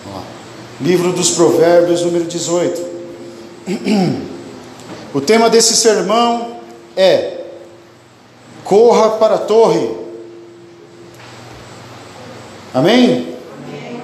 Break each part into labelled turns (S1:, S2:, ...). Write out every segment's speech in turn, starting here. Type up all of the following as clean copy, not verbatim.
S1: Vamos lá. Livro dos Provérbios, número 18. O tema desse sermão é: corra para a torre. Amém? Amém.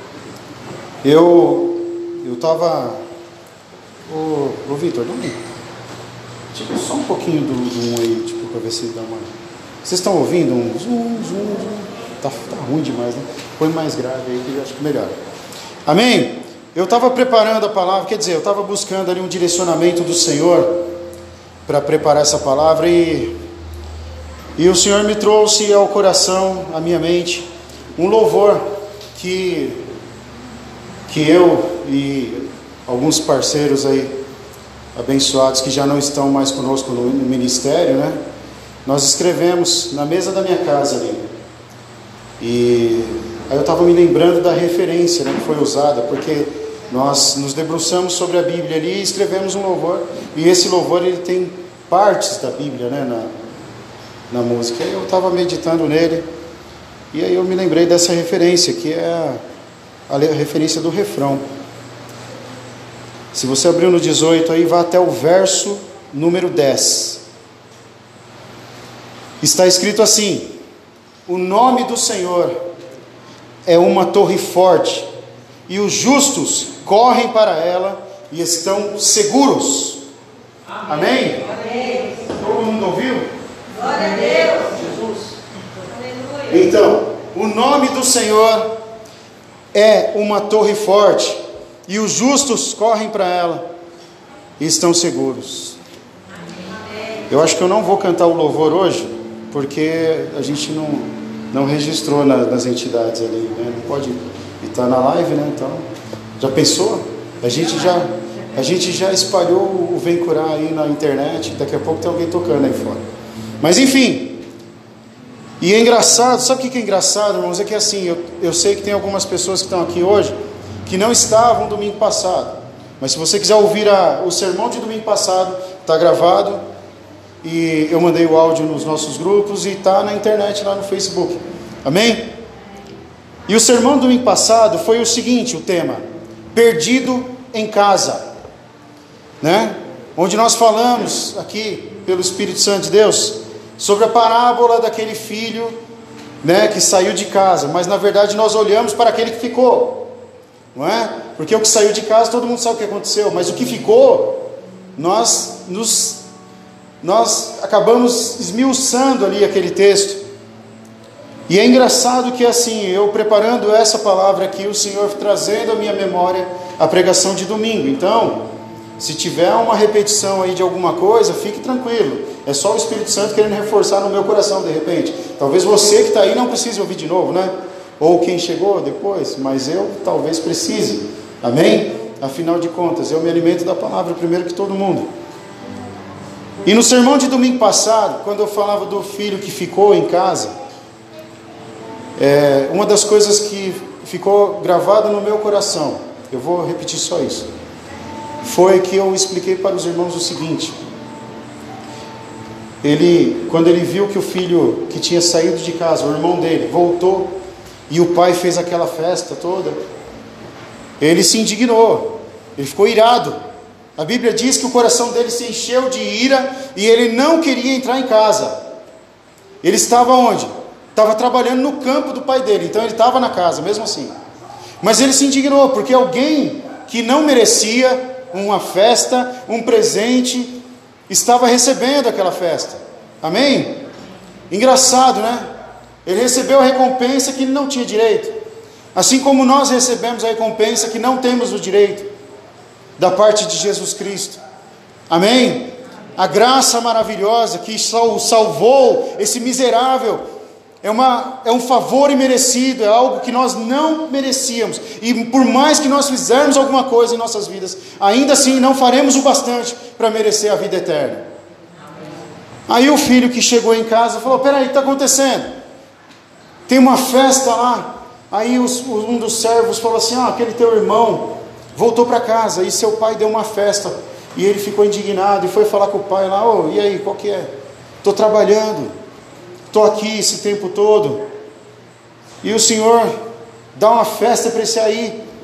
S1: Eu estava... Ô Vitor, dá tipo, só um pouquinho do 1 aí, tipo, para ver se dá uma... Vocês estão ouvindo um zoom? Tá ruim demais, né? Põe mais grave aí que eu acho que melhora. Amém? Eu estava preparando a palavra, quer dizer, eu estava buscando ali um direcionamento do Senhor para preparar essa palavra e o Senhor me trouxe ao coração, à minha mente, um louvor que eu e alguns parceiros aí abençoados que já não estão mais conosco no ministério, né? Nós escrevemos na mesa da minha casa ali. E aí eu estava me lembrando da referência, né, que foi usada, porque nós nos debruçamos sobre a Bíblia ali e escrevemos um louvor. E esse louvor ele tem partes da Bíblia, né, na música. E eu estava meditando nele e aí eu me lembrei dessa referência, que é a referência do refrão. Se você abriu no 18 aí, vá até o verso número 10. Está escrito assim: o nome do Senhor é uma torre forte, e os justos correm para ela e estão seguros. Amém? Amém. Todo mundo ouviu?
S2: Glória a Deus.
S1: Jesus. Então, o nome do Senhor é uma torre forte, e os justos correm para ela e estão seguros. Eu acho que eu não vou cantar o louvor hoje, porque a gente não registrou nas entidades ali, né? Não pode estar na live, né? Então, já pensou? A gente já espalhou o Vem Curar aí na internet. Daqui a pouco tem alguém tocando aí fora. Mas enfim. E é engraçado, sabe o que é engraçado, irmãos? É que assim, eu sei que tem algumas pessoas que estão aqui hoje que não estavam domingo passado. Mas se você quiser ouvir o sermão de domingo passado, está gravado. E eu mandei o áudio nos nossos grupos e está na internet lá no Facebook. Amém? E o sermão do domingo passado foi o seguinte, o tema: perdido em casa, né? Onde nós falamos aqui pelo Espírito Santo de Deus sobre a parábola daquele filho, né, que saiu de casa, mas na verdade nós olhamos para aquele que ficou, não é? Porque o que saiu de casa todo mundo sabe o que aconteceu, mas o que ficou, nós acabamos esmiuçando ali aquele texto. E é engraçado que assim, eu preparando essa palavra aqui, o Senhor trazendo à minha memória a pregação de domingo. Então, se tiver uma repetição aí de alguma coisa, fique tranquilo, é só o Espírito Santo querendo reforçar no meu coração de repente. Talvez você que está aí não precise ouvir de novo, né? Ou quem chegou depois, mas eu talvez precise. Amém? Afinal de contas, eu me alimento da palavra primeiro que todo mundo. E no sermão de domingo passado, quando eu falava do filho que ficou em casa, uma das coisas que ficou gravada no meu coração, eu vou repetir só isso, foi que eu expliquei para os irmãos o seguinte: quando ele viu que o filho que tinha saído de casa, o irmão dele, voltou, e o pai fez aquela festa toda, ele se indignou, ele ficou irado. A Bíblia diz que o coração dele se encheu de ira e ele não queria entrar em casa. Ele estava onde? Estava trabalhando no campo do pai dele, então ele estava na casa, mesmo assim. Mas ele se indignou, porque alguém que não merecia uma festa, um presente, estava recebendo aquela festa. Amém? Engraçado, né? Ele recebeu a recompensa que ele não tinha direito. Assim como nós recebemos a recompensa que não temos o direito, da parte de Jesus Cristo. Amém? A graça maravilhosa que salvou esse miserável é um favor imerecido, é algo que nós não merecíamos, e por mais que nós fizermos alguma coisa em nossas vidas, ainda assim não faremos o bastante para merecer a vida eterna. Aí o filho que chegou em casa falou: peraí, o que está acontecendo? Tem uma festa lá. Aí um dos servos falou assim: aquele teu irmão voltou para casa e seu pai deu uma festa. E ele ficou indignado e foi falar com o pai lá: e aí, qual que é? Estou trabalhando, estou aqui esse tempo todo, e o Senhor dá uma festa para esse aí.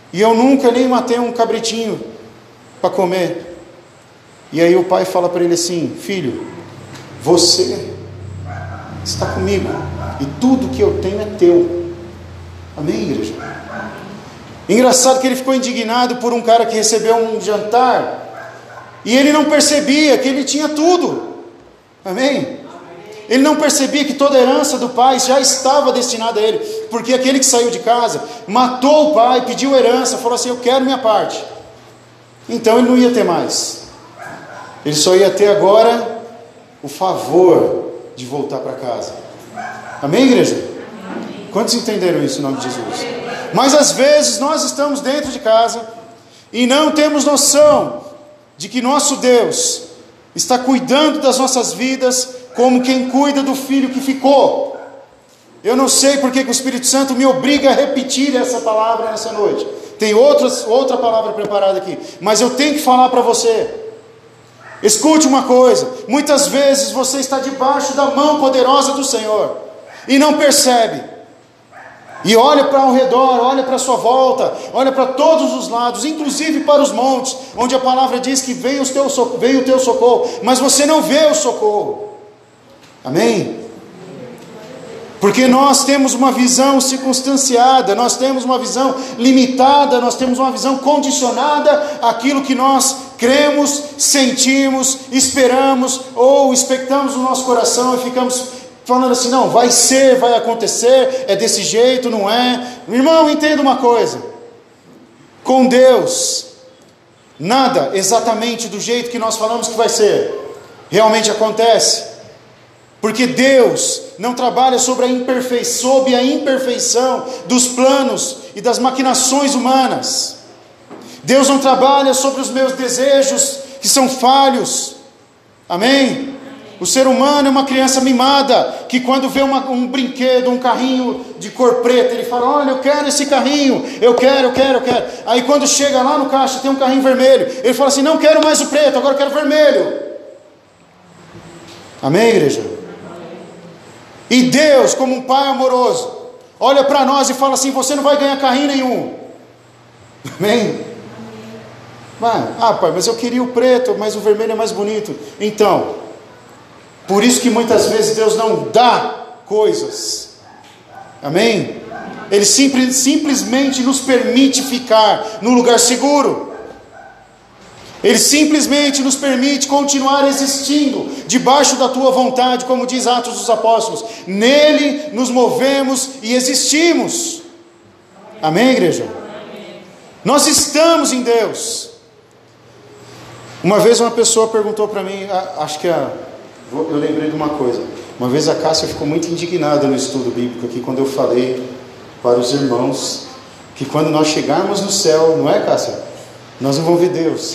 S1: e eu nunca nem matei um cabritinho para comer. E aí o pai fala para ele assim: filho, você está comigo, e tudo que eu tenho é teu. Amém, igreja? Engraçado que ele ficou indignado por um cara que recebeu um jantar, e ele não percebia que ele tinha tudo. Amém? Ele não percebia que toda a herança do pai já estava destinada a ele, porque aquele que saiu de casa, matou o pai, pediu herança, falou assim: eu quero minha parte. Então ele não ia ter mais, ele só ia ter agora o favor de voltar para casa. Amém, igreja? Quantos entenderam isso em nome de Jesus? Mas às vezes nós estamos dentro de casa e não temos noção de que nosso Deus está cuidando das nossas vidas como quem cuida do filho que ficou. Eu não sei porque que o Espírito Santo me obriga a repetir essa palavra nessa noite. Tem outra palavra preparada aqui, mas eu tenho que falar para você. Escute uma coisa: muitas vezes você está debaixo da mão poderosa do Senhor e não percebe, e olha para ao redor, olha para a sua volta, olha para todos os lados, inclusive para os montes, onde a palavra diz que veio o teu socorro, mas você não vê o socorro. Amém? Porque nós temos uma visão circunstanciada, nós temos uma visão limitada, nós temos uma visão condicionada àquilo que nós cremos, sentimos, esperamos ou expectamos no nosso coração, e ficamos falando assim: não, vai ser, vai acontecer, é desse jeito, não é? Irmão, entenda uma coisa: com Deus, nada exatamente do jeito que nós falamos que vai ser realmente acontece. Porque Deus não trabalha sob a imperfeição dos planos e das maquinações humanas. Deus não trabalha sobre os meus desejos que são falhos. Amém? O ser humano é uma criança mimada, que quando vê um brinquedo, um carrinho de cor preta, ele fala: olha, eu quero esse carrinho, eu quero. Aí quando chega lá no caixa, tem um carrinho vermelho, ele fala assim: não quero mais o preto, agora eu quero vermelho. Amém, igreja? E Deus, como um pai amoroso, olha para nós e fala assim: você não vai ganhar carrinho nenhum. Amém? Pai, mas eu queria o preto, mas o vermelho é mais bonito. Então, por isso que muitas vezes Deus não dá coisas. Amém? Ele simplesmente nos permite ficar no lugar seguro. Ele simplesmente nos permite continuar existindo debaixo da tua vontade, como diz Atos dos Apóstolos. Nele nos movemos e existimos. Amém, igreja? Amém. Nós estamos em Deus. Uma vez uma pessoa perguntou para mim, eu lembrei de uma coisa. Uma vez a Cássia ficou muito indignada no estudo bíblico aqui, quando eu falei para os irmãos que quando nós chegarmos no céu, não é, Cássia? Nós não vamos ver Deus.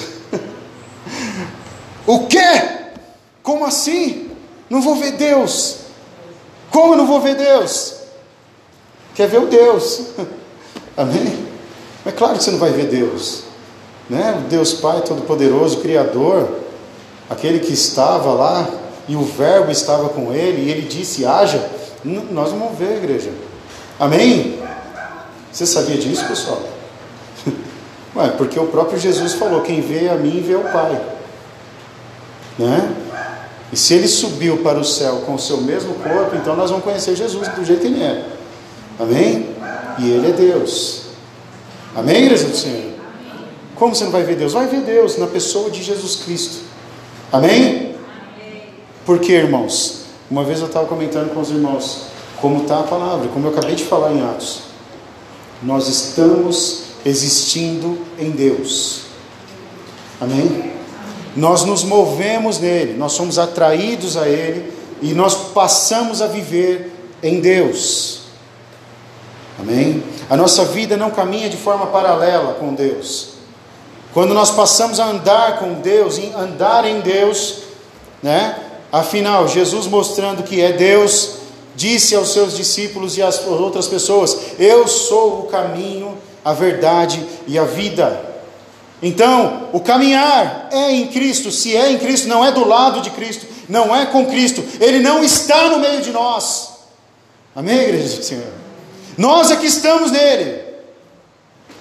S1: O quê? Como assim? Não vou ver Deus? Como eu não vou ver Deus? Quer ver o Deus? Amém? É claro que você não vai ver Deus, né? O Deus Pai Todo-Poderoso, Criador, aquele que estava lá e o Verbo estava com ele e ele disse: haja. Nós não vamos ver, igreja. Amém? Você sabia disso, pessoal? Porque o próprio Jesus falou: quem vê a mim vê o Pai, né? E se ele subiu para o céu com o seu mesmo corpo, então nós vamos conhecer Jesus do jeito que ele é. Amém? E ele é Deus. Amém, igreja do Senhor? Como você não vai ver Deus? Vai ver Deus na pessoa de Jesus Cristo. Amém? Por quê, irmãos? Uma vez eu estava comentando com os irmãos como está a palavra, como eu acabei de falar em Atos. Nós estamos existindo em Deus. Amém? Nós nos movemos nele, nós somos atraídos a ele e nós passamos a viver em Deus. Amém? A nossa vida não caminha de forma paralela com Deus. Quando nós passamos a andar com Deus, andar em Deus, né? Afinal, Jesus, mostrando que é Deus, disse aos seus discípulos e às outras pessoas: eu sou o caminho, a verdade e a vida. Então, o caminhar é em Cristo. Se é em Cristo, não é do lado de Cristo, não é com Cristo. Ele não está no meio de nós. Amém, igreja do Senhor? Nós é que estamos nele.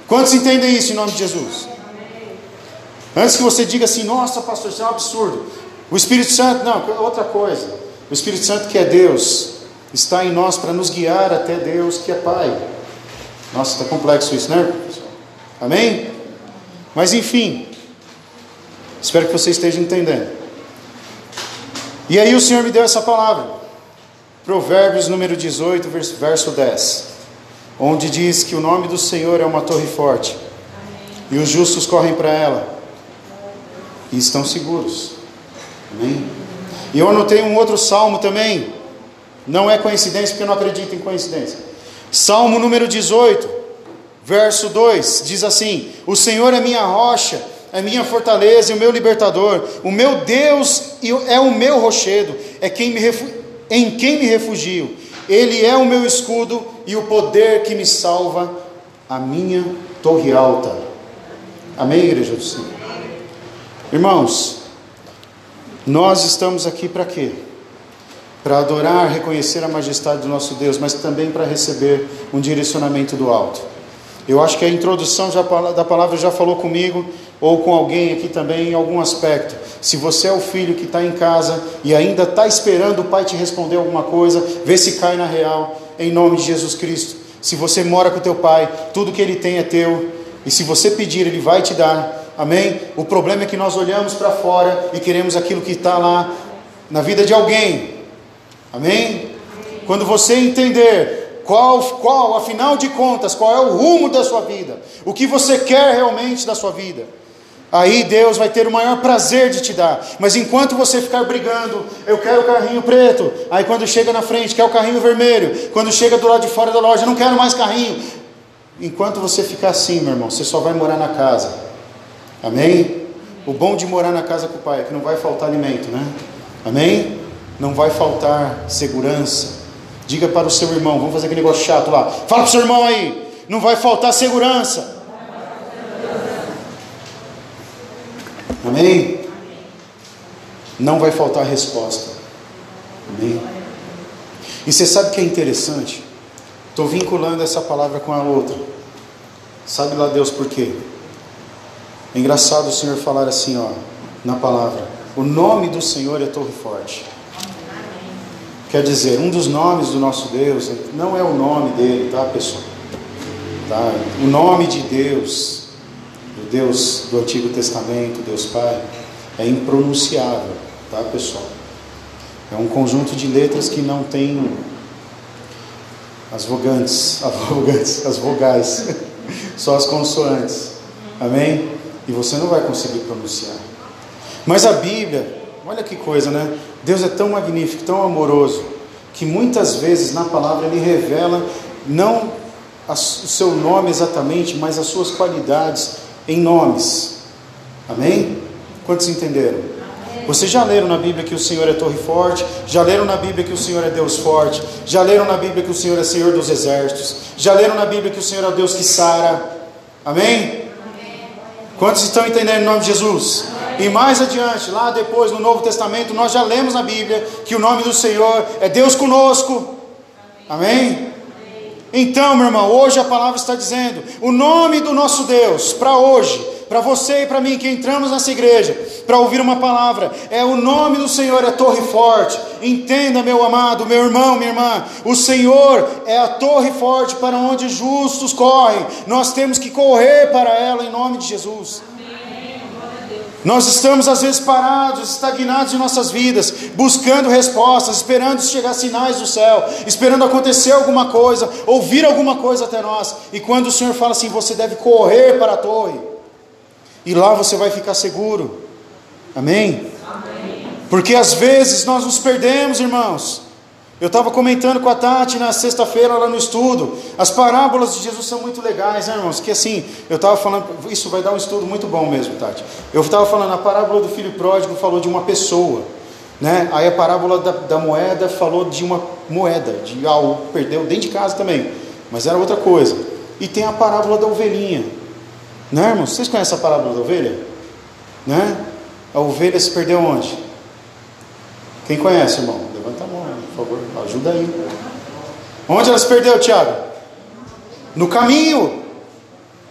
S1: Quantos entendem isso em nome de Jesus? Antes que você diga assim, nossa pastor, isso é um absurdo. O Espírito Santo, não, outra coisa. O Espírito Santo, que é Deus, está em nós para nos guiar até Deus, que é Pai. Nossa, está complexo isso, né, pessoal? Amém? Mas enfim, espero que você esteja entendendo. E aí o Senhor me deu essa palavra, Provérbios número 18, verso 10, onde diz que o nome do Senhor é uma torre forte, e os justos correm para ela e estão seguros. Amém? E eu anotei um outro salmo também, não é coincidência, porque eu não acredito em coincidência. Salmo número 18, verso 2, diz assim: o Senhor é minha rocha, é minha fortaleza e o meu libertador, o meu Deus é o meu rochedo, é em quem me refugio, Ele é o meu escudo e o poder que me salva, a minha torre alta. Amém, igreja do Senhor? Irmãos, nós estamos aqui para quê? Para adorar, reconhecer a majestade do nosso Deus, mas também para receber um direcionamento do alto. Eu acho que a introdução da palavra já falou comigo, ou com alguém aqui também, em algum aspecto. Se você é o filho que está em casa e ainda está esperando o pai te responder alguma coisa, vê se cai na real, em nome de Jesus Cristo. Se você mora com o teu pai, tudo que ele tem é teu, e se você pedir, ele vai te dar. Amém? O problema é que nós olhamos para fora e queremos aquilo que está lá na vida de alguém. Amém? Quando você entender qual, afinal de contas, qual é o rumo da sua vida, o que você quer realmente da sua vida, aí Deus vai ter o maior prazer de te dar. Mas enquanto você ficar brigando, eu quero o carrinho preto, aí quando chega na frente, quer o carrinho vermelho, quando chega do lado de fora da loja, não quero mais carrinho. Enquanto você ficar assim, meu irmão, você só vai morar na casa. Amém? O bom de morar na casa com o pai é que não vai faltar alimento, né? Amém? Não vai faltar segurança. Diga para o seu irmão, vamos fazer aquele negócio chato lá. Fala para o seu irmão aí, não vai faltar segurança. Amém? Não vai faltar resposta. Amém? E você sabe o que é interessante? Estou vinculando essa palavra com a outra. Sabe lá Deus por quê? É engraçado o Senhor falar assim, ó, na palavra: o nome do Senhor é torre forte. Quer dizer, um dos nomes do nosso Deus não é o nome dele, tá, pessoal? Tá? O nome de Deus, o Deus do Antigo Testamento, Deus Pai, é impronunciável, tá, pessoal? É um conjunto de letras que não tem as vogais, só as consoantes. Amém? E você não vai conseguir pronunciar. Mas a Bíblia, olha que coisa, né? Deus é tão magnífico, tão amoroso, que muitas vezes na palavra Ele revela não o seu nome exatamente, mas as suas qualidades em nomes. Amém? Quantos entenderam? Vocês já leram na Bíblia que o Senhor é torre forte? Já leram na Bíblia que o Senhor é Deus forte? Já leram na Bíblia que o Senhor é Senhor dos exércitos? Já leram na Bíblia que o Senhor é o Deus que sara? Amém? Quantos estão entendendo em nome de Jesus? E mais adiante, lá depois no Novo Testamento, nós já lemos na Bíblia que o nome do Senhor é Deus conosco. Amém? Então, meu irmão, hoje a palavra está dizendo, o nome do nosso Deus, para hoje, para você e para mim que entramos nessa igreja, para ouvir uma palavra, é o nome do Senhor, é torre forte. Entenda, meu amado, meu irmão, minha irmã, o Senhor é a torre forte para onde justos correm. Nós temos que correr para ela em nome de Jesus. Nós estamos às vezes parados, estagnados em nossas vidas, buscando respostas, esperando chegar sinais do céu, esperando acontecer alguma coisa, ouvir alguma coisa até nós. E quando o Senhor fala assim, você deve correr para a torre, e lá você vai ficar seguro. Amém? Amém. Porque às vezes nós nos perdemos, irmãos. Eu estava comentando com a Tati na sexta-feira lá no estudo. As parábolas de Jesus são muito legais, né, irmãos? Que assim, eu estava falando, isso vai dar um estudo muito bom mesmo, Tati. Eu estava falando, a parábola do filho pródigo falou de uma pessoa, né? Aí a parábola da moeda falou de uma moeda, de algo que perdeu dentro de casa também, mas era outra coisa. E tem a parábola da ovelhinha, né, irmãos? Vocês conhecem a parábola da ovelha? Né? A ovelha se perdeu onde? Quem conhece, irmão? Levanta a mão, por favor, ajuda aí. Onde ela se perdeu, Tiago? No caminho.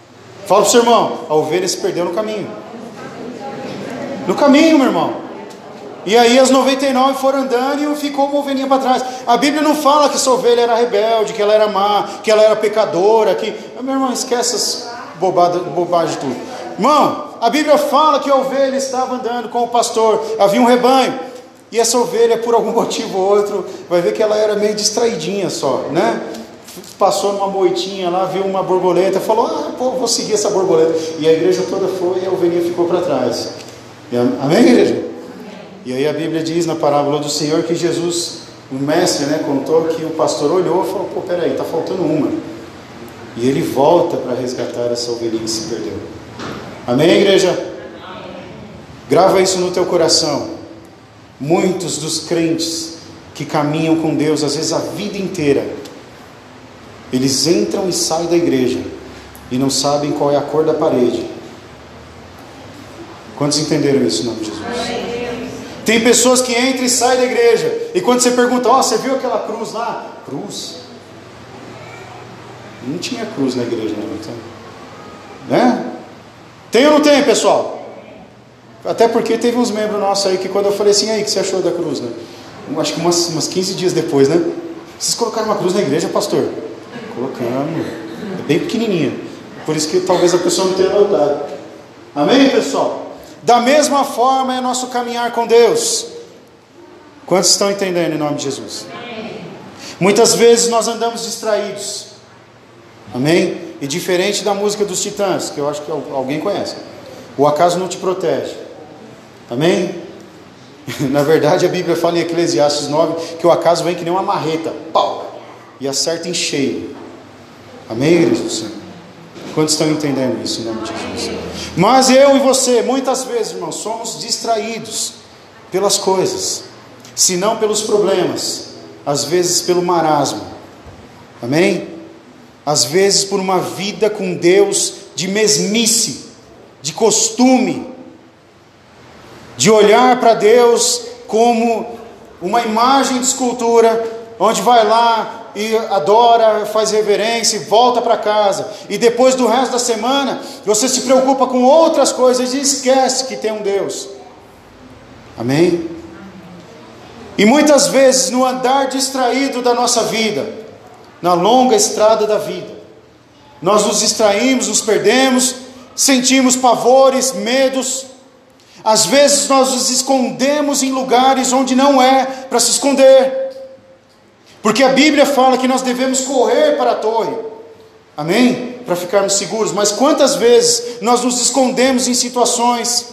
S1: Fala para o seu irmão, a ovelha se perdeu no caminho. No caminho, meu irmão. E aí as 99 foram andando e ficou uma ovelhinha para trás. A Bíblia não fala que essa ovelha era rebelde, que ela era má, que ela era pecadora, que... Meu irmão, esquece essas bobagens tudo. Irmão, a Bíblia fala que a ovelha estava andando com o pastor, havia um rebanho, e essa ovelha, por algum motivo ou outro, vai ver que ela era meio distraidinha só, né? Passou numa moitinha lá, viu uma borboleta, falou, vou seguir essa borboleta. E a igreja toda foi e a ovelhinha ficou para trás. Amém, igreja? E aí a Bíblia diz na parábola do Senhor que Jesus, o mestre, né, contou que o pastor olhou e falou, peraí, está faltando uma. E ele volta para resgatar essa ovelhinha que se perdeu. Amém, igreja? Grava isso no teu coração. Muitos dos crentes que caminham com Deus, às vezes a vida inteira, eles entram e saem da igreja e não sabem qual é a cor da parede. Quantos entenderam isso em nome de Jesus? Tem pessoas que entram e saem da igreja, e quando você pergunta, você viu aquela cruz lá? Cruz? Não tinha cruz na igreja, não tem? Né? Tem ou não tem, pessoal? Até porque teve uns membros nossos aí que quando eu falei assim, aí, o que você achou da cruz, né? Acho que umas 15 dias depois, né? Vocês colocaram uma cruz na igreja, pastor? Colocamos. É bem pequenininha. Por isso que talvez a pessoa não tenha notado. Amém, pessoal? Da mesma forma é nosso caminhar com Deus. Quantos estão entendendo em nome de Jesus? Muitas vezes nós andamos distraídos. Amém? E diferente da música dos Titãs, que eu acho que alguém conhece. O acaso não te protege. Amém? Na verdade a Bíblia fala em Eclesiastes 9 que o acaso vem que nem uma marreta, pau, e acerta em cheio. Amém, igreja do Senhor? Quantos estão entendendo isso em nome de Jesus? Mas eu e você, muitas vezes, irmãos, somos distraídos pelas coisas, se não pelos problemas, às vezes pelo marasmo. Amém? Às vezes por uma vida com Deus de mesmice, de costume, de olhar para Deus como uma imagem de escultura, onde vai lá e adora, faz reverência e volta para casa, e depois do resto da semana você se preocupa com outras coisas e esquece que tem um Deus. Amém? E muitas vezes no andar distraído da nossa vida, na longa estrada da vida, nós nos distraímos, nos perdemos, sentimos pavores, medos. Às vezes nós nos escondemos em lugares onde não é para se esconder, porque a Bíblia fala que nós devemos correr para a torre, amém? Para ficarmos seguros. Mas quantas vezes nós nos escondemos em situações,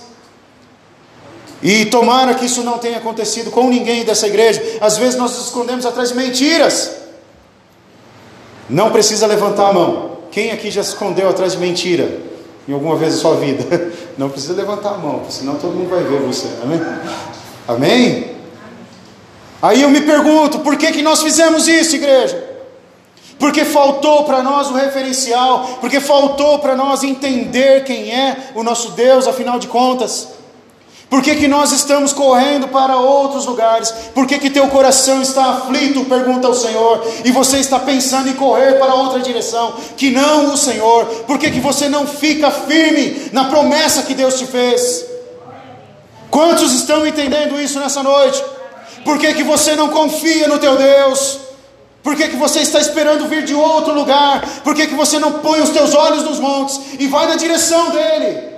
S1: e tomara que isso não tenha acontecido com ninguém dessa igreja, às vezes nós nos escondemos atrás de mentiras. Não precisa levantar a mão. Quem aqui já se escondeu atrás de mentira em alguma vez da sua vida? Não precisa levantar a mão, senão todo mundo vai ver você. Amém? Amém? Aí eu me pergunto, por que nós fizemos isso, igreja? Porque faltou para nós o referencial, porque faltou para nós entender quem é o nosso Deus, afinal de contas. Por que nós estamos correndo para outros lugares? Por que teu coração está aflito, pergunta ao Senhor, e você está pensando em correr para outra direção, que não o Senhor? Por que você não fica firme na promessa que Deus te fez? Quantos estão entendendo isso nessa noite? Por que você não confia no teu Deus? Por que você está esperando vir de outro lugar? Por que você não põe os teus olhos nos montes e vai na direção dele?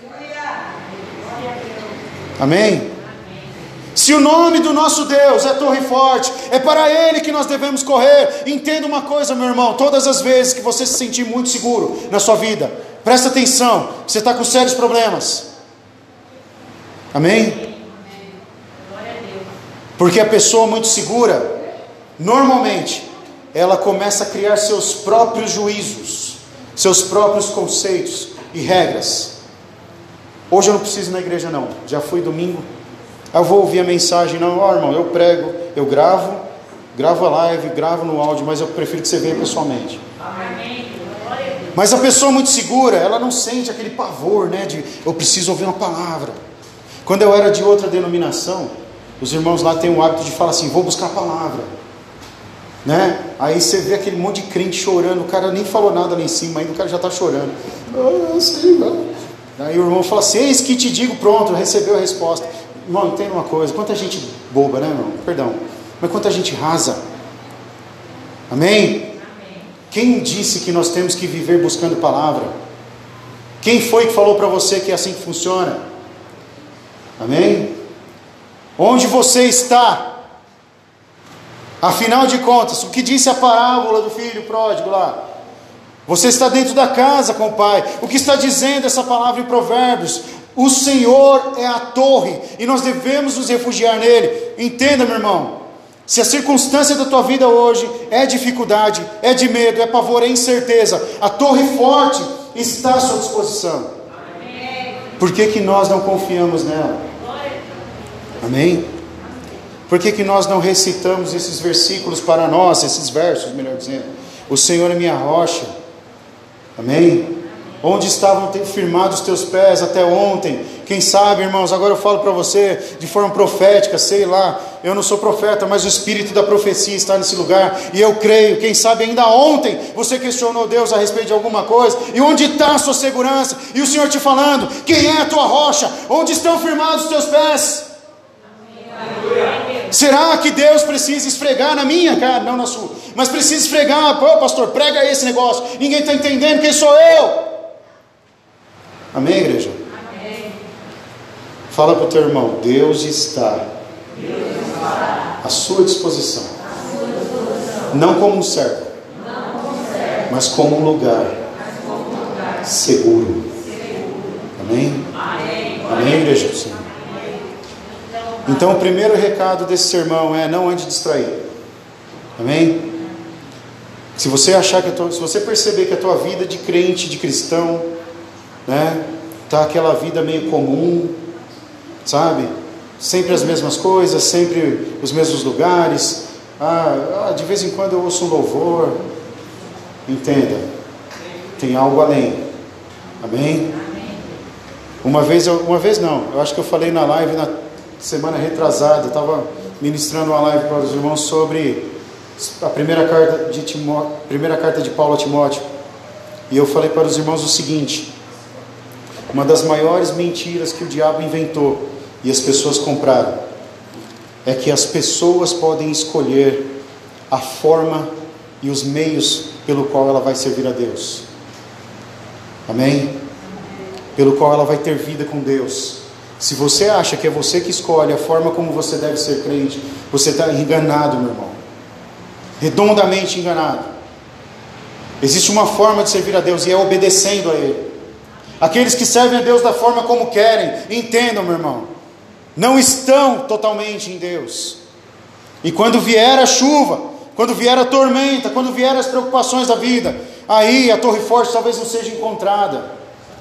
S1: Amém? Se o nome do nosso Deus é Torre Forte, é para Ele que nós devemos correr. Entenda uma coisa, meu irmão, todas as vezes que você se sentir muito seguro na sua vida, presta atenção, você está com sérios problemas. Amém? Porque a pessoa muito segura, normalmente, ela começa a criar seus próprios juízos, seus próprios conceitos e regras. Hoje eu não preciso ir na igreja não, já fui domingo, eu vou ouvir a mensagem, não, irmão, eu prego, eu gravo a live, gravo no áudio, mas eu prefiro que você venha pessoalmente. Mas a pessoa muito segura, ela não sente aquele pavor, né, de eu preciso ouvir uma palavra. Quando eu era de outra denominação, os irmãos lá têm o hábito de falar assim, vou buscar a palavra, né? Aí você vê aquele monte de crente chorando, o cara nem falou nada lá em cima, ainda o cara já está chorando. Aí o irmão fala assim: eis que te digo, pronto, recebeu a resposta. Irmão, entenda uma coisa, quanta gente boba, né, irmão? Perdão, mas quanta gente rasa. Amém? Quem disse que nós temos que viver buscando palavra? Quem foi que falou para você que é assim que funciona? Amém? Onde você está? Afinal de contas, o que disse a parábola do filho pródigo lá? Você está dentro da casa com o pai. O que está dizendo essa palavra em Provérbios? O Senhor é a torre e nós devemos nos refugiar nele. Entenda, meu irmão, se a circunstância da tua vida hoje é dificuldade, é de medo, é pavor, é incerteza, a torre forte está à sua disposição. Por que nós não confiamos nela? Amém? Por que nós não recitamos esses versículos para nós, esses versos, melhor dizendo? O Senhor é minha rocha. Amém? Onde estavam firmados os teus pés até ontem? Quem sabe, irmãos, agora eu falo para você de forma profética, sei lá, eu não sou profeta, mas o Espírito da profecia está nesse lugar, e eu creio, quem sabe ainda ontem você questionou Deus a respeito de alguma coisa, e onde está a sua segurança? E o Senhor te falando: quem é a tua rocha? Onde estão firmados os teus pés? Será que Deus precisa esfregar na minha cara, não na sua, mas precisa esfregar? Pô, pastor, prega esse negócio, ninguém está entendendo quem sou eu. Amém, igreja? Amém. Fala para o teu irmão: Deus está à sua disposição, não como um servo, mas como um lugar seguro. Amém? Amém, igreja do Senhor? Então o primeiro recado desse sermão é: não ande distraído. Amém? Se você achar se você perceber que a tua vida de crente, de cristão, né, tá aquela vida meio comum, sabe? Sempre as mesmas coisas, sempre os mesmos lugares. De vez em quando eu ouço um louvor. Entenda, tem algo além. Amém? Uma vez não, eu acho que eu falei na live na semana retrasada, eu estava ministrando uma live para os irmãos sobre a primeira carta de Paulo a Timóteo, e eu falei para os irmãos o seguinte: uma das maiores mentiras que o diabo inventou e as pessoas compraram é que as pessoas podem escolher a forma e os meios pelo qual ela vai servir a Deus. Amém? Pelo qual ela vai ter vida com Deus. Se você acha que é você que escolhe a forma como você deve ser crente, você está enganado, meu irmão. Redondamente enganado. Existe uma forma de servir a Deus, e é obedecendo a Ele. Aqueles que servem a Deus da forma como querem, entendam, meu irmão, não estão totalmente em Deus. E quando vier a chuva, quando vier a tormenta, quando vier as preocupações da vida, aí a torre forte talvez não seja encontrada.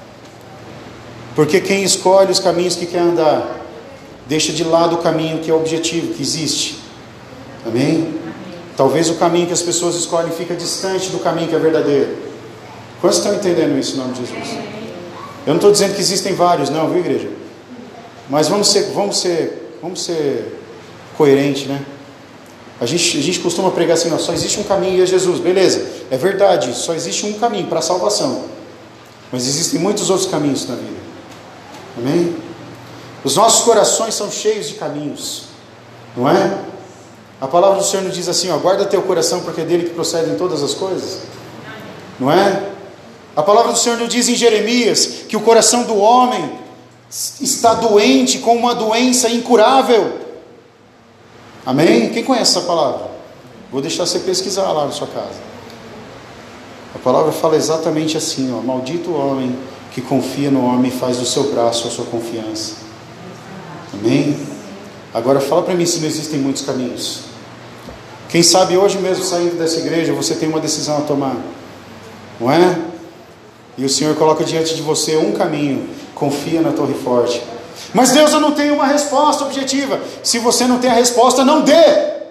S1: Porque quem escolhe os caminhos que quer andar, deixa de lado o caminho que é objetivo, que existe. Amém? Talvez o caminho que as pessoas escolhem fica distante do caminho que é verdadeiro. Quantos estão entendendo isso em nome de Jesus? Eu não estou dizendo que existem vários, não, viu, igreja? Mas vamos ser coerentes, né? A gente costuma pregar assim: só existe um caminho e é Jesus. Beleza, é verdade, só existe um caminho para a salvação, mas existem muitos outros caminhos na vida. Amém? Os nossos corações são cheios de caminhos, não é? A palavra do Senhor nos diz assim: guarda teu coração, porque é dele que procedem todas as coisas, não é? A palavra do Senhor nos diz em Jeremias que o coração do homem está doente com uma doença incurável. Amém? Quem conhece essa palavra? Vou deixar você pesquisar lá na sua casa. A palavra fala exatamente assim: maldito o homem que confia no homem e faz do seu braço a sua confiança. Amém? Agora fala para mim se não existem muitos caminhos. Quem sabe hoje mesmo, saindo dessa igreja, você tem uma decisão a tomar, não é? E o Senhor coloca diante de você um caminho: confia na torre forte. Mas Deus, eu não tenho uma resposta objetiva. Se você não tem a resposta, não dê.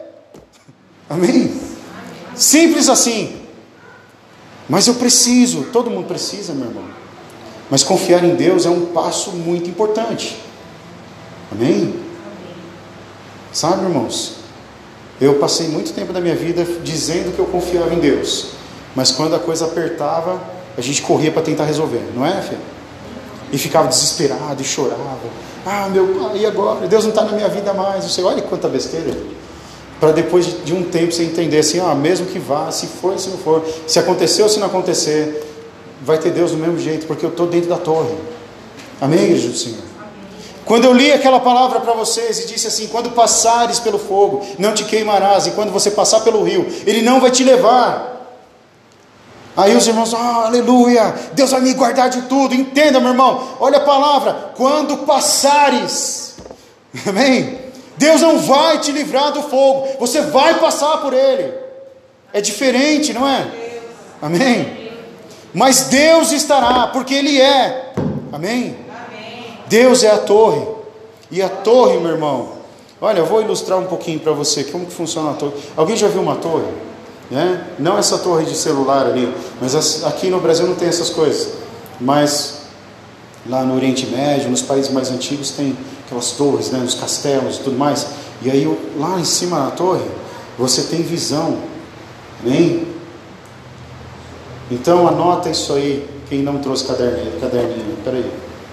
S1: Amém? Simples assim. Mas eu preciso, todo mundo precisa, meu irmão. Mas confiar em Deus é um passo muito importante. Amém? Sabe, irmãos? Eu passei muito tempo da minha vida dizendo que eu confiava em Deus, mas quando a coisa apertava, a gente corria para tentar resolver, não é, filho? E ficava desesperado e chorava. Meu pai, e agora? Deus não está na minha vida mais. Você olha quanta besteira. Para depois de um tempo você entender assim, mesmo que vá, se for, se não for, se acontecer ou se não acontecer, vai ter Deus do mesmo jeito, porque eu estou dentro da torre. Amém, igreja do Senhor? Quando eu li aquela palavra para vocês e disse assim: quando passares pelo fogo, não te queimarás, e quando você passar pelo rio, ele não vai te levar. Aí os irmãos, aleluia, Deus vai me guardar de tudo. Entenda, meu irmão, olha a palavra, quando passares, amém? Deus não vai te livrar do fogo, você vai passar por ele. É diferente, não é? Amém? Mas Deus estará, porque Ele é. Amém? Deus é a torre. E a torre, meu irmão, olha, eu vou ilustrar um pouquinho para você como que funciona a torre. Alguém já viu uma torre? Não essa torre de celular ali, mas aqui no Brasil não tem essas coisas, mas lá no Oriente Médio, nos países mais antigos, tem aquelas torres, nos castelos e tudo mais. E aí lá em cima da torre você tem visão. Amém? Então anota isso aí, quem não trouxe caderninho, peraí.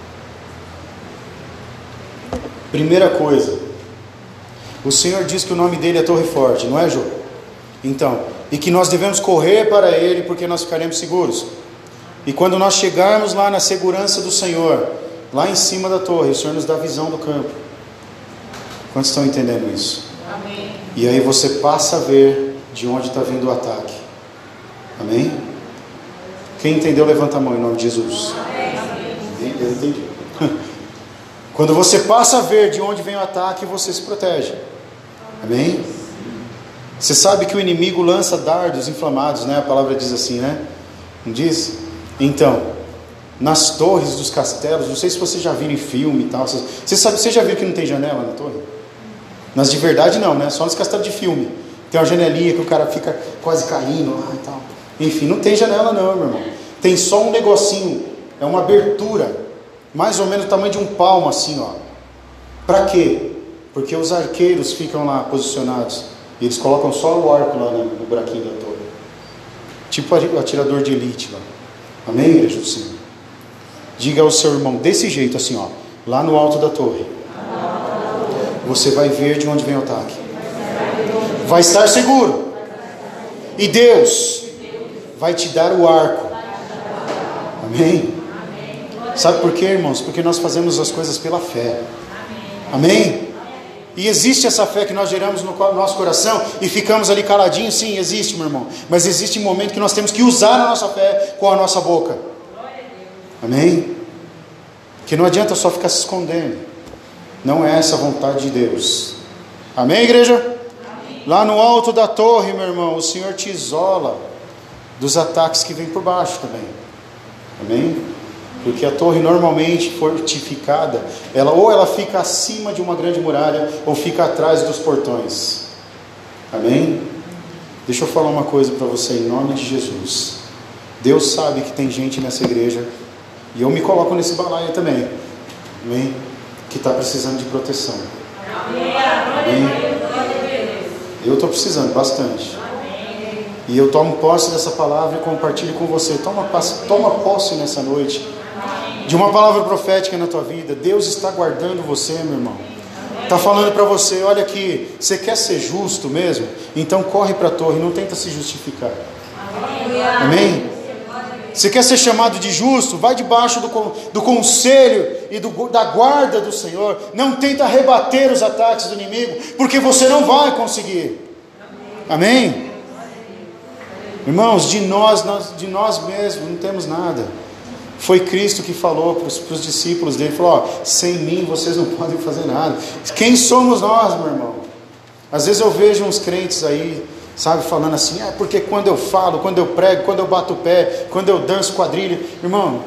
S1: Primeira coisa, o Senhor diz que o nome dele é Torre Forte, não é, Jô? Então, e que nós devemos correr para Ele, porque nós ficaremos seguros. E quando nós chegarmos lá na segurança do Senhor, lá em cima da torre, o Senhor nos dá visão do campo. Quantos estão entendendo isso?
S2: Amém.
S1: E aí você passa a ver de onde está vindo o ataque. Amém? Quem entendeu, levanta a mão em nome de Jesus. Amém. Eu entendi. Quando você passa a ver de onde vem o ataque, você se protege. Amém? Você sabe que o inimigo lança dardos inflamados, né? A palavra diz assim, né? Não diz? Então, nas torres dos castelos, não sei se você já viu em filme e tal. Você já viu que não tem janela na torre? Nas de verdade não, né? Só nos castelos de filme. Tem uma janelinha que o cara fica quase caindo lá e tal. Enfim, não tem janela não, meu irmão. Tem só um negocinho, é uma abertura, mais ou menos o tamanho de um palmo assim, ó. Para quê? Porque os arqueiros ficam lá posicionados. E eles colocam só o arco lá no buraquinho da torre. Tipo atirador de elite lá. Amém, igreja do Senhor? Diga ao seu irmão desse jeito assim, ó. Lá no alto da torre. Você vai ver de onde vem o ataque. Vai estar seguro. E Deus vai te dar o arco. Amém? Sabe por quê, irmãos? Porque nós fazemos as coisas pela fé. Amém? E existe essa fé que nós geramos no nosso coração e ficamos ali caladinhos. Sim, existe, meu irmão. Mas existe um momento que nós temos que usar a nossa fé com a nossa boca. Amém? Que não adianta só ficar se escondendo. Não é essa a vontade de Deus. Amém, igreja? Amém. Lá no alto da torre, meu irmão, o Senhor te isola dos ataques que vêm por baixo também. Amém? Porque a torre normalmente fortificada, ela fica acima de uma grande muralha, ou fica atrás dos portões. Amém? Deixa eu falar uma coisa para você em nome de Jesus. Deus sabe que tem gente nessa igreja, e eu me coloco nesse balaio também, amém? Que está precisando de proteção. Amém? Eu estou precisando bastante. E eu tomo posse dessa palavra e compartilho com você. Toma posse nessa noite de uma palavra profética na tua vida. Deus está guardando você, meu irmão. Está falando para você, olha aqui, você quer ser justo mesmo? Então corre para a torre, não tenta se justificar. Amém? Você quer ser chamado de justo? Vai debaixo do conselho e da guarda do Senhor. Não tenta rebater os ataques do inimigo, porque você não vai conseguir. Amém? Irmãos, de nós mesmos não temos nada. Foi Cristo que falou para os discípulos dele, falou, sem mim vocês não podem fazer nada. Quem somos nós, meu irmão? Às vezes eu vejo uns crentes aí, sabe, falando assim, porque quando eu falo, quando eu prego, quando eu bato o pé, quando eu danço quadrilha, irmão,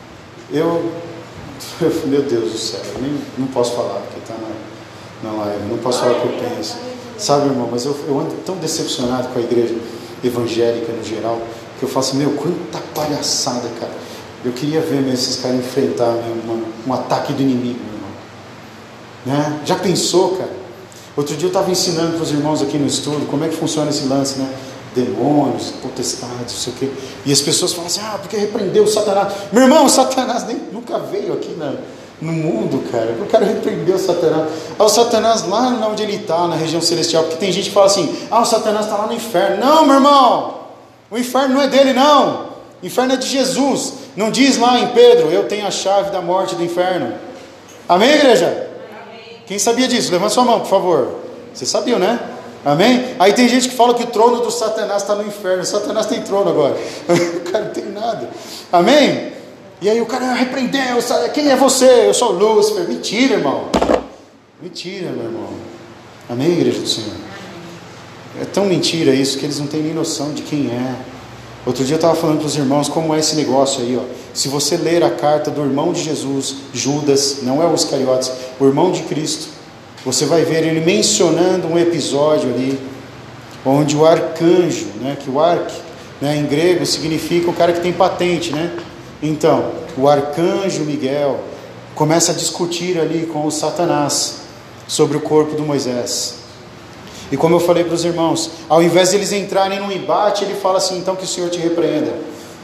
S1: meu Deus do céu, eu nem não posso falar, porque está na live, não posso falar o que eu penso, sabe, irmão, mas eu ando tão decepcionado com a igreja evangélica no geral, que eu falo assim, quanta palhaçada, cara. Eu queria ver mesmo esses caras enfrentar um ataque do inimigo, meu irmão. Né? Já pensou, cara? Outro dia eu estava ensinando para os irmãos aqui no estudo como é que funciona esse lance, né? Demônios, potestades, não sei o quê. E as pessoas falam assim, porque repreendeu o Satanás. Meu irmão, o Satanás nunca veio aqui no mundo, cara. Eu quero repreender o Satanás. O Satanás lá onde ele está, na região celestial. Porque tem gente que fala assim, o Satanás está lá no inferno. Não, meu irmão, o inferno não é dele, não. O inferno é de Jesus. Não diz lá em Pedro, eu tenho a chave da morte do inferno. Amém, igreja? Amém. Quem sabia disso? Levanta sua mão, por favor. Vocês sabiam, né? Amém? Aí tem gente que fala que o trono do Satanás está no inferno. O Satanás tem trono agora. O cara não tem nada. Amém? E aí o cara repreendeu. Quem é você? Eu sou Lúcifer. Mentira, irmão. Mentira, meu irmão. Amém, igreja do Senhor? É tão mentira isso que eles não têm nem noção de quem é. Outro dia eu estava falando para os irmãos como é esse negócio aí, ó. Se você ler a carta do irmão de Jesus, Judas, não é o Iscariotes, o irmão de Cristo, você vai ver ele mencionando um episódio ali, onde o arcanjo, né, que o arque, né, em grego significa o cara que tem patente, né? Então, o arcanjo Miguel começa a discutir ali com o Satanás sobre o corpo do Moisés. E como eu falei para os irmãos, ao invés de eles entrarem num embate, ele fala assim, então que o Senhor te repreenda.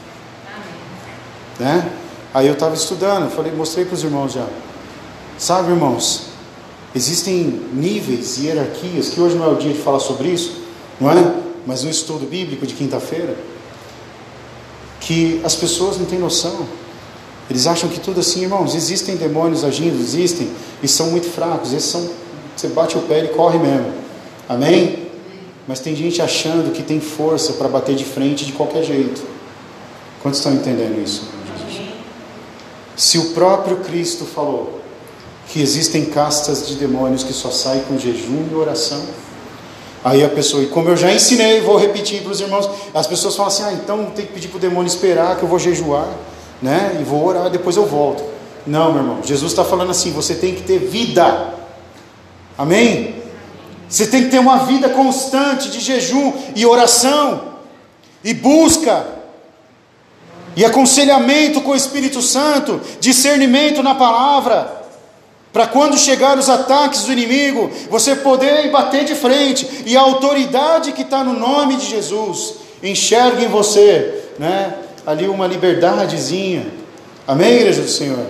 S1: Né? Aí eu estava estudando, mostrei para os irmãos já. Sabe, irmãos, existem níveis e hierarquias, que hoje não é o dia de falar sobre isso, não é? Mas no estudo bíblico de quinta-feira, que as pessoas não têm noção. Eles acham que tudo assim, irmãos, existem demônios agindo, existem, e são muito fracos, você bate o pé e corre mesmo. Amém? Mas tem gente achando que tem força para bater de frente de qualquer jeito. Quantos estão entendendo isso? Jesus? Se o próprio Cristo falou que existem castas de demônios que só saem com jejum e oração, aí a pessoa, e como eu já ensinei, vou repetir para os irmãos, as pessoas falam assim, então tem que pedir para o demônio esperar que eu vou jejuar, né? E vou orar, depois eu volto. Não, meu irmão, Jesus está falando assim, você tem que ter vida. Amém? Você tem que ter uma vida constante de jejum e oração, e busca, e aconselhamento com o Espírito Santo, discernimento na palavra, para quando chegar os ataques do inimigo, você poder bater de frente, e a autoridade que está no nome de Jesus, enxerga em você, né, ali uma liberdadezinha. Amém, igreja do Senhor?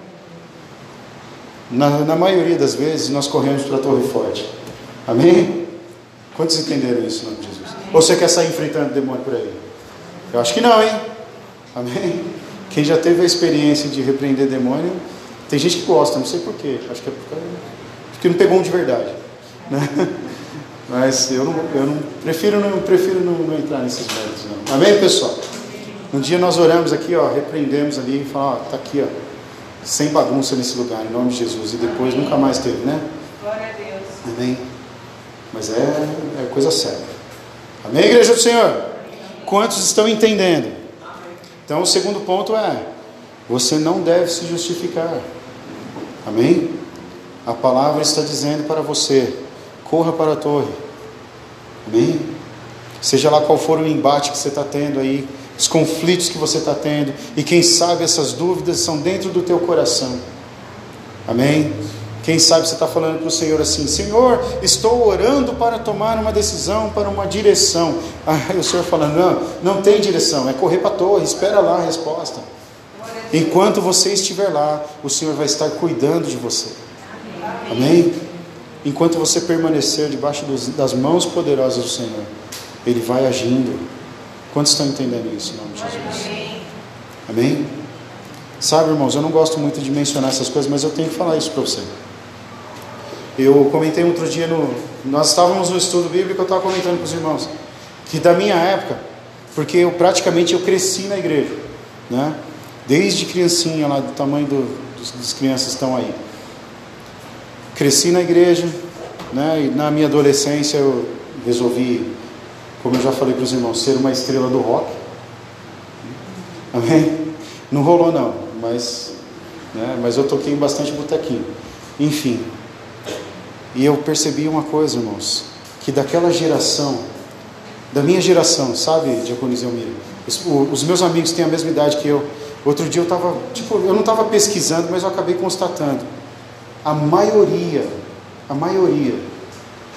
S1: Na maioria das vezes nós corremos para a Torre Forte. Amém? Quantos entenderam isso em nome de Jesus? Amém. Ou você quer sair enfrentando demônio por aí? Eu acho que não, hein? Amém? Quem já teve a experiência de repreender demônio, tem gente que gosta, não sei porquê. Acho que é porque não pegou um de verdade, né? Mas eu prefiro não entrar nesses méritos, não. Amém, pessoal? Um dia nós oramos aqui, ó, repreendemos ali e falamos, tá aqui, ó, sem bagunça nesse lugar, em nome de Jesus. E depois nunca mais teve, né?
S2: Glória a Deus.
S1: Amém? Mas é coisa séria. Amém, igreja do Senhor? Quantos estão entendendo? Então o segundo ponto é, você não deve se justificar. Amém? A palavra está dizendo para você, corra para a torre. Amém? Seja lá qual for o embate que você está tendo aí, os conflitos que você está tendo, e quem sabe essas dúvidas são dentro do teu coração. Amém? Quem sabe você está falando para o Senhor assim, Senhor, estou orando para tomar uma decisão, para uma direção. Aí o Senhor falando, não tem direção, é correr para a torre, espera lá a resposta. Enquanto você estiver lá, o Senhor vai estar cuidando de você. Amém? Enquanto você permanecer debaixo das mãos poderosas do Senhor, Ele vai agindo. Quantos estão entendendo isso em nome de Jesus? Amém? Sabe, irmãos, eu não gosto muito de mencionar essas coisas, mas eu tenho que falar isso para você. Eu comentei outro dia, nós estávamos no estudo bíblico, eu estava comentando com os irmãos, que da minha época, porque eu cresci na igreja, né? Desde criancinha lá, do tamanho das crianças que estão aí. Cresci na igreja, né? E na minha adolescência eu resolvi, como eu já falei para os irmãos, ser uma estrela do rock. Amém? Não rolou não, mas eu toquei em bastante botequinho. Enfim, e eu percebi uma coisa, irmãos, que daquela geração, da minha geração, sabe, Diaconisa Elmira, os meus amigos têm a mesma idade que eu. Outro dia eu não estava pesquisando, mas eu acabei constatando, a maioria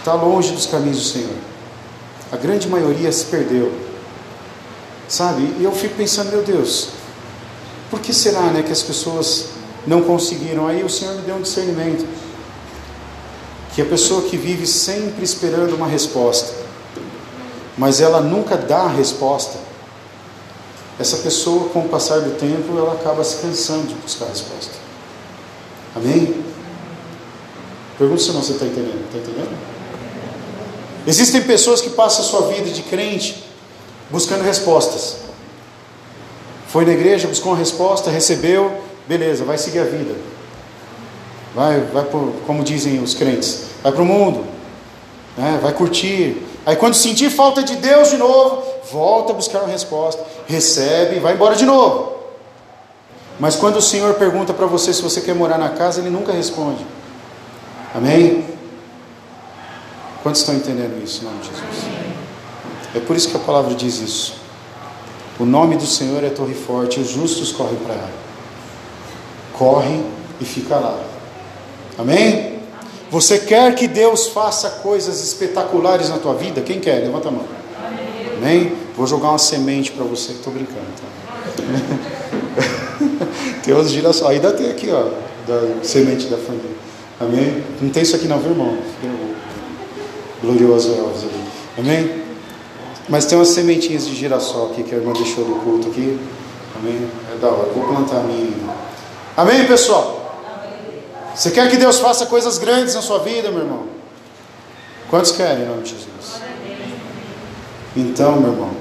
S1: está longe dos caminhos do Senhor. A grande maioria se perdeu, sabe? E eu fico pensando, meu Deus, por que será, né, que as pessoas não conseguiram? Aí o Senhor me deu um discernimento, que a pessoa que vive sempre esperando uma resposta, mas ela nunca dá a resposta, essa pessoa, com o passar do tempo, ela acaba se cansando de buscar a resposta. Amém? Pergunta se não você está entendendo. Está entendendo? Existem pessoas que passam a sua vida de crente buscando respostas. Foi na igreja, buscou uma resposta, recebeu, beleza, vai seguir a vida. Vai pro, como dizem os crentes, vai para o mundo, né? Vai curtir. Aí quando sentir falta de Deus de novo, volta a buscar uma resposta, recebe e vai embora de novo. Mas quando o Senhor pergunta para você se você quer morar na casa, Ele nunca responde. Amém? Quantos estão entendendo isso em nome de Jesus? É por isso que a palavra diz isso. O nome do Senhor é torre forte, os justos correm para ela. Corre e fica lá. Amém? Você quer que Deus faça coisas espetaculares na tua vida? Quem quer? Levanta a mão. Amém? Vou jogar uma semente para você, estou brincando, tá? Tem outros girassol, ainda tem aqui, ó, da semente da família. Amém? Não tem isso aqui não, viu, irmão? Glorioso Elvis ali. Amém? Mas tem umas sementinhas de girassol aqui que a irmã deixou no culto aqui. Amém? É da hora, vou plantar a minha. Amém, pessoal? Você quer que Deus faça coisas grandes na sua vida, meu irmão? Quantos querem em nome de Jesus? Então, meu irmão,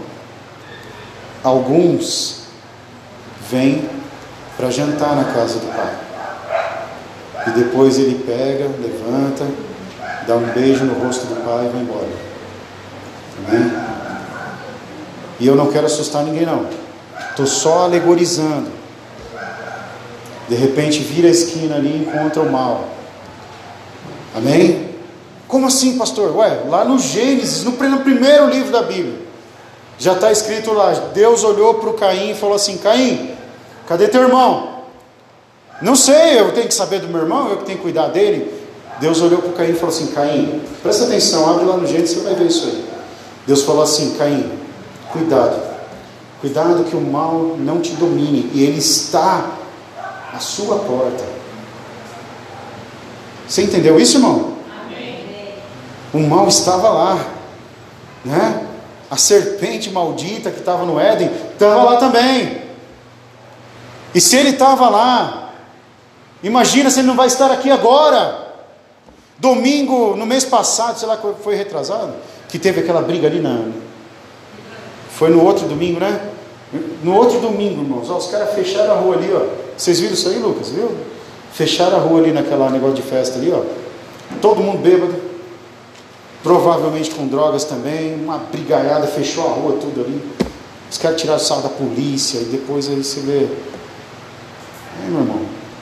S1: alguns vêm para jantar na casa do Pai. E depois ele pega, levanta, dá um beijo no rosto do Pai e vai embora. Amém? E eu não quero assustar ninguém não. Estou só alegorizando. De repente vira a esquina ali e encontra o mal. Amém? Como assim, pastor? Ué, lá no Gênesis, no primeiro livro da Bíblia, já está escrito lá, Deus olhou para o Caim e falou assim: Caim, cadê teu irmão? Não sei, eu tenho que saber do meu irmão, eu que tenho que cuidar dele. Deus olhou para o Caim e falou assim: Caim, presta atenção, abre lá no Gênesis, você vai ver isso aí. Deus falou assim: Caim, cuidado que o mal não te domine, e ele está à sua porta. Você entendeu isso, irmão? Amém. O mal estava lá, né? A serpente maldita que estava no Éden estava lá também. E se ele estava lá, imagina se ele não vai estar aqui agora. Domingo, no mês passado, sei lá, foi retrasado, que teve aquela briga ali foi no outro domingo, né? No outro domingo, irmãos, ó, os caras fecharam a rua ali, ó. Vocês viram isso aí, Lucas? Viu? Fecharam a rua ali naquela negócio de festa ali, ó. Todo mundo bêbado, provavelmente com drogas também, uma brigaiada, fechou a rua, tudo ali. Os caras tiraram o sarro da polícia, e depois aí você vê. Meu irmão,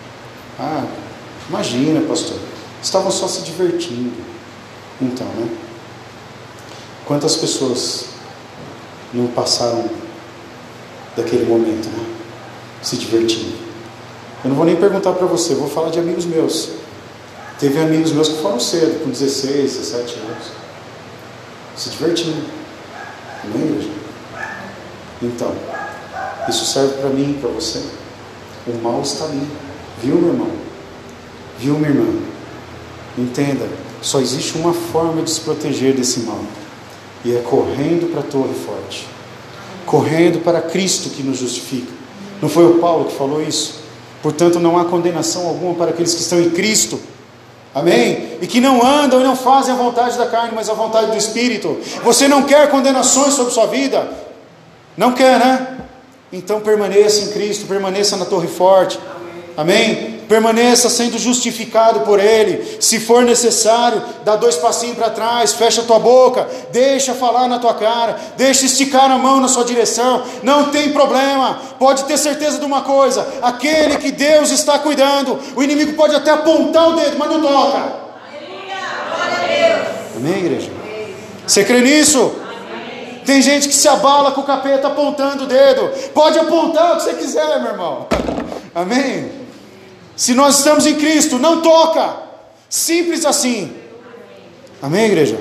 S1: imagina, pastor, estavam só se divertindo. Então, né? Quantas pessoas não passaram daquele momento, né? Se divertindo. Eu não vou nem perguntar para você, vou falar de amigos meus. Teve amigos meus que foram cedo, com 16, 17 anos, se divertindo. Não é, igreja? Então, isso serve para mim, para você. O mal está ali, viu, meu irmão? Viu, minha irmã? Entenda, só existe uma forma de se proteger desse mal, e é correndo para a torre forte, correndo para Cristo que nos justifica. Não foi o Paulo que falou isso? Portanto, não há condenação alguma para aqueles que estão em Cristo. Amém? E que não andam e não fazem a vontade da carne, mas a vontade do Espírito. Você não quer condenações sobre sua vida? Não quer, né? Então permaneça em Cristo, permaneça na torre forte. Amém? Permaneça sendo justificado por Ele. Se for necessário, dá 2 passinhos para trás, fecha a tua boca, deixa falar na tua cara, deixa esticar a mão na sua direção. Não tem problema. Pode ter certeza de uma coisa: aquele que Deus está cuidando, o inimigo pode até apontar o dedo, mas não toca. Amém, igreja? Você crê nisso? Tem gente que se abala com o capeta apontando o dedo. Pode apontar o que você quiser, meu irmão. Amém? Se nós estamos em Cristo, não toca. Simples assim. Amém, igreja?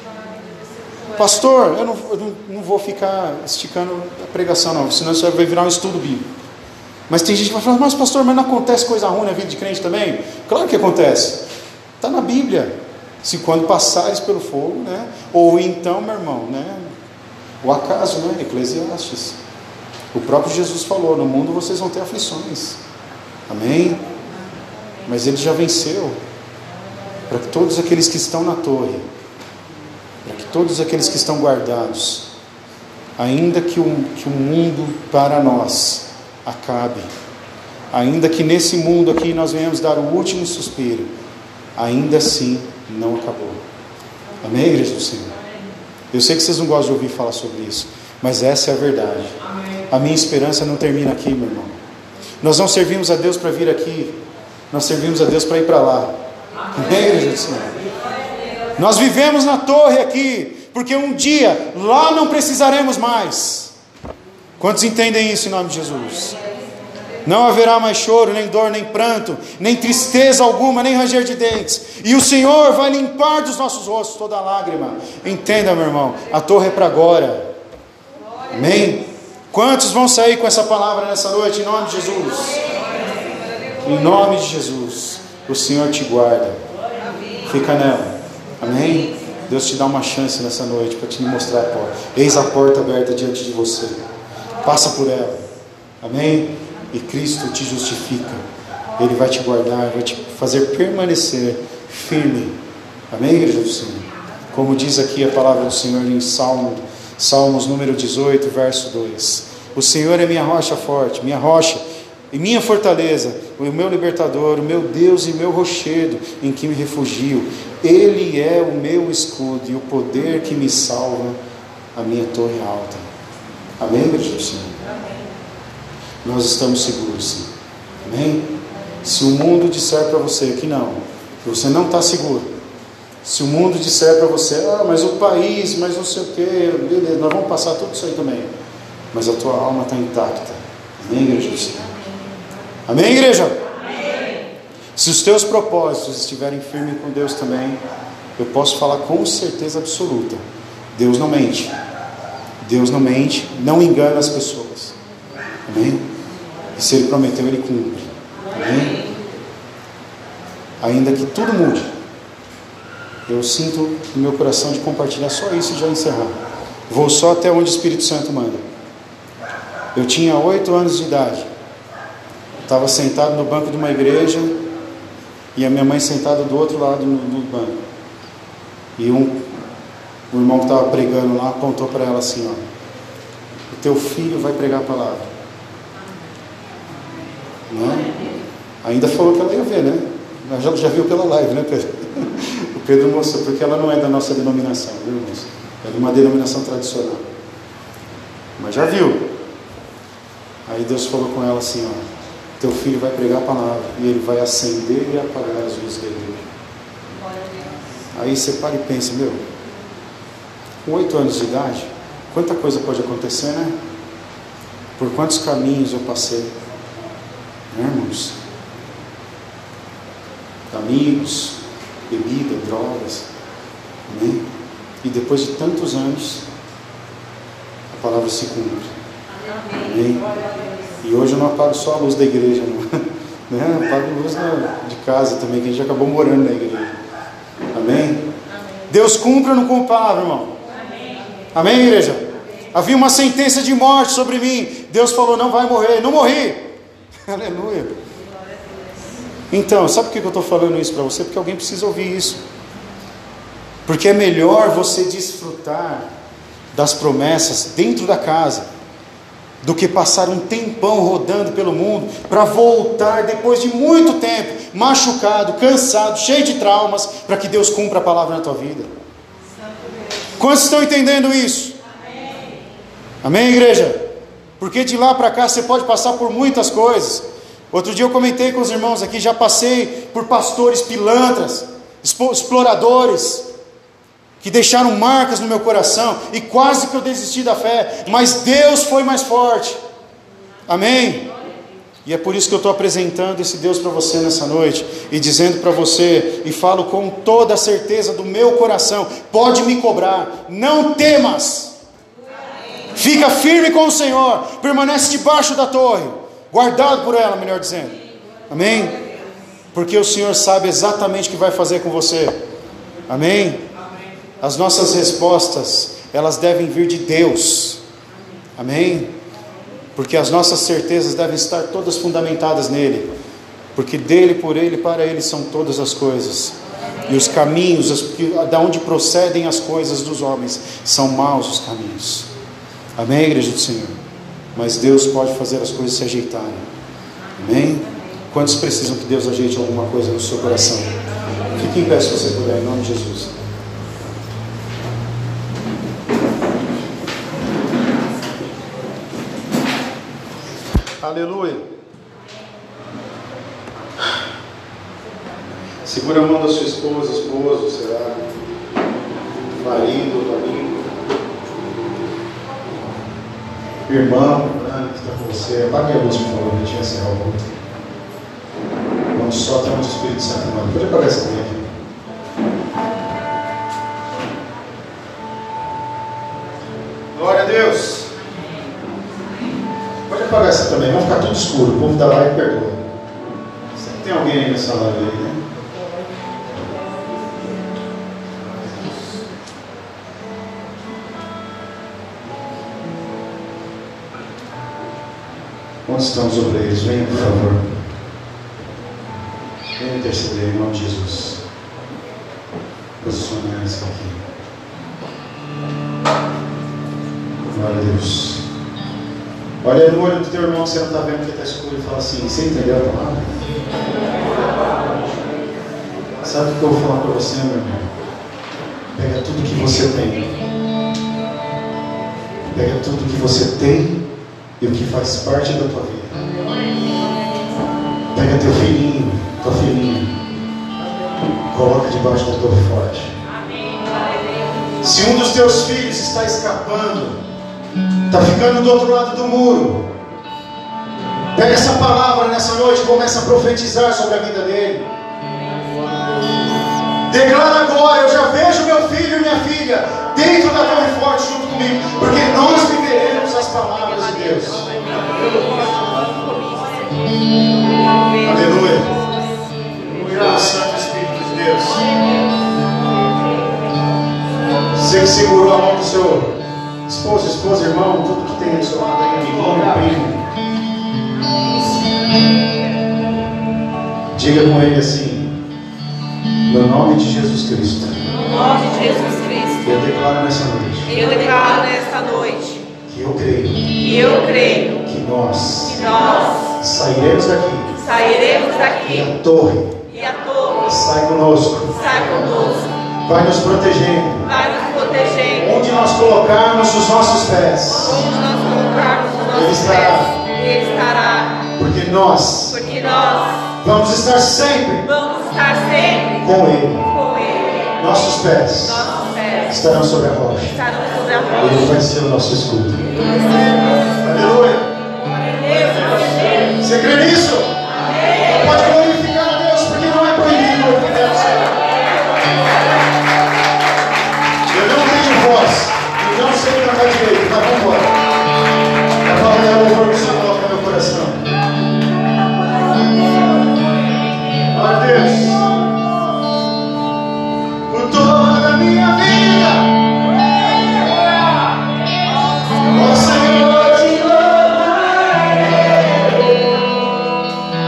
S1: Pastor, eu não vou ficar esticando a pregação não, senão isso vai virar um estudo bíblico. Mas tem gente que vai falar, mas pastor, mas não acontece coisa ruim na vida de crente também? Claro que acontece, está na Bíblia. Se quando passares pelo fogo, né? Ou então, meu irmão, né? O acaso, né? Eclesiastes. O próprio Jesus falou, no mundo vocês vão ter aflições. Amém? Mas ele já venceu. Para que todos aqueles que estão na torre, para que todos aqueles que estão guardados, ainda que o mundo para nós acabe, ainda que nesse mundo aqui nós venhamos dar o último suspiro, ainda assim não acabou. Amém, igreja do Senhor? Eu sei que vocês não gostam de ouvir falar sobre isso, mas essa é a verdade. A minha esperança não termina aqui, meu irmão. Nós não servimos a Deus para vir aqui, nós servimos a Deus para ir para lá. Amém, igreja do Senhor? Nós vivemos na torre aqui, porque um dia lá não precisaremos mais. Quantos entendem isso em nome de Jesus? Não haverá mais choro, nem dor, nem pranto, nem tristeza alguma, nem ranger de dentes. E o Senhor vai limpar dos nossos rostos toda lágrima. Entenda, meu irmão, a torre é para agora. Amém? Quantos vão sair com essa palavra nessa noite, em nome de Jesus? Em nome de Jesus, o Senhor te guarda. Fica nela. Amém? Deus te dá uma chance nessa noite para te mostrar a porta. Eis a porta aberta diante de você. Passa por ela. Amém? E Cristo te justifica. Ele vai te guardar, vai te fazer permanecer firme. Amém, igreja do Senhor? Como diz aqui a palavra do Senhor em Salmos número 18, verso 2. O Senhor é minha rocha forte, minha rocha e minha fortaleza, o meu libertador, o meu Deus e meu rochedo em que me refugio. Ele é o meu escudo e o poder que me salva, a minha torre alta. Amém, igreja do Senhor? Nós estamos seguros, sim. Amém? Se o mundo disser para você que não, que você não está seguro, se o mundo disser para você, mas o país, mas não sei o que, beleza, nós vamos passar tudo isso aí também, mas a tua alma está intacta. Amém, igreja do Senhor? Amém, igreja? Amém. Se os teus propósitos estiverem firmes com Deus também, eu posso falar com certeza absoluta, Deus não mente. Deus não mente, não engana as pessoas. Amém? E se Ele prometeu, Ele cumpre. Amém? Ainda que tudo mude, eu sinto no meu coração de compartilhar só isso e já encerrar. Vou só até onde o Espírito Santo manda. Eu tinha 8 anos de idade. Estava sentado no banco de uma igreja e a minha mãe sentada do outro lado no banco. E o irmão que estava pregando lá apontou para ela assim, o teu filho vai pregar a palavra. Né? Ainda falou que ela ia ver, né? Já viu pela live, né, Pedro? O Pedro mostrou, porque ela não é da nossa denominação, viu, irmãos? É de uma denominação tradicional. Mas já viu. Aí Deus falou com ela assim, teu filho vai pregar a palavra e ele vai acender e apagar as luzes da igreja. Aí você para e pensa, com 8 anos de idade, quanta coisa pode acontecer, né? Por quantos caminhos eu passei, né, irmãos? Amigos, bebida, drogas, né? E depois de tantos anos, a palavra se cumpre. Amém? E hoje eu não apago só a luz da igreja, não. Né? Eu apago a luz de casa também, que a gente acabou morando na igreja. Amém? Deus cumpre ou não cumpre a palavra, irmão? Amém, igreja? Havia uma sentença de morte sobre mim. Deus falou, não vai morrer. Não morri. Aleluia. Então, sabe por que eu estou falando isso para você? Porque alguém precisa ouvir isso. Porque é melhor você desfrutar das promessas dentro da casa, do que passar um tempão rodando pelo mundo, para voltar depois de muito tempo, machucado, cansado, cheio de traumas, para que Deus cumpra a palavra na tua vida. Quantos estão entendendo isso? Amém, Amém, igreja? Porque de lá para cá você pode passar por muitas coisas. Outro dia eu comentei com os irmãos aqui, já passei por pastores pilantras, exploradores, que deixaram marcas no meu coração, e quase que eu desisti da fé, mas Deus foi mais forte. Amém? E é por isso que eu estou apresentando esse Deus para você nessa noite, e dizendo para você, e falo com toda a certeza do meu coração: pode me cobrar, não temas, fica firme com o Senhor, permanece debaixo da torre, guardado por ela, melhor dizendo, amém? Porque o Senhor sabe exatamente o que vai fazer com você, amém? As nossas respostas, elas devem vir de Deus, amém? Porque as nossas certezas devem estar todas fundamentadas nele, porque dele, por ele e para ele são todas as coisas, e os caminhos, da onde procedem as coisas dos homens, são maus os caminhos, amém, igreja do Senhor? Mas Deus pode fazer as coisas se ajeitarem, amém? Quantos precisam que Deus ajeite alguma coisa no seu coração? Fique em pé se você puder, em nome de Jesus. Aleluia. Segura a mão da sua esposa, esposo, será? Marido, amigo, irmão, né, que está com você. Apague a luz, por favor, a gente vai encerrar o culto. Vamos só ter um Espírito Santo, irmão. Pode apagar essa também aqui. Glória a Deus. Pode apagar essa também, vai ficar tudo escuro. O povo da live perdoa. Sempre tem alguém aí nessa live aí, né? Onde estão os obreiros? Venham, por favor. Venham interceder em nome de Jesus. Posicionar-se aqui. Glória a Deus. Olha no olho do teu irmão que você não está vendo, que está escuro, e fala assim: você entendeu a palavra? Sabe o que eu vou falar para você, meu irmão? Pega tudo que você tem. Pega tudo que você tem e o que faz parte da tua vida. Pega teu filhinho, tua filhinha, coloca debaixo da torre forte. Se um dos teus filhos está escapando, está ficando do outro lado do muro, pega essa palavra nessa noite e começa a profetizar sobre a vida dele. Declara agora: eu já vejo meu filho e minha filha dentro da torre forte junto comigo, porque nós viveremos as palavras de Deus. Aleluia. O Santo Espírito de Deus. Você que segurou a mão do seu esposo, esposa, irmão, tudo que tem do seu lado aí, amigo, primo, diga com ele assim: no nome de Jesus Cristo.
S2: No nome de Jesus Cristo.
S1: Eu declaro nessa noite.
S2: Eu declaro nesta noite.
S1: Que eu creio.
S2: Que eu creio.
S1: Que nós.
S2: Que nós.
S1: Sairemos daqui.
S2: Sairemos daqui.
S1: E a torre.
S2: E a torre.
S1: Sai conosco.
S2: Sai conosco.
S1: Vai nos protegendo.
S2: Vai nos protegendo.
S1: Onde nós colocarmos os nossos pés.
S2: Onde nós colocarmos os
S1: Ele
S2: nossos
S1: estará.
S2: pés. Ele estará.
S1: Porque nós.
S2: Porque nós.
S1: Vamos estar sempre.
S2: Vamos estar sempre.
S1: Com Ele.
S2: Com Ele.
S1: Nossos pés.
S2: Nossos pés.
S1: Estarão sobre a rocha.
S2: Estarão sobre a rocha.
S1: Ele vai ser o nosso escudo.
S2: Aleluia.
S1: Você crê nisso? Amém. Pode glorificar a Deus, porque não é proibido glorificar o Senhor. Eu não tenho voz e não sei cantar direito, mas vamos embora. A palavra é o louvor que o Senhor coloca no meu coração. Glória a Deus. Por toda a minha vida, ó Senhor, te louvarei.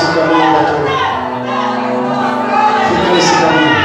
S1: caminho, pastor. Fica nesse caminho.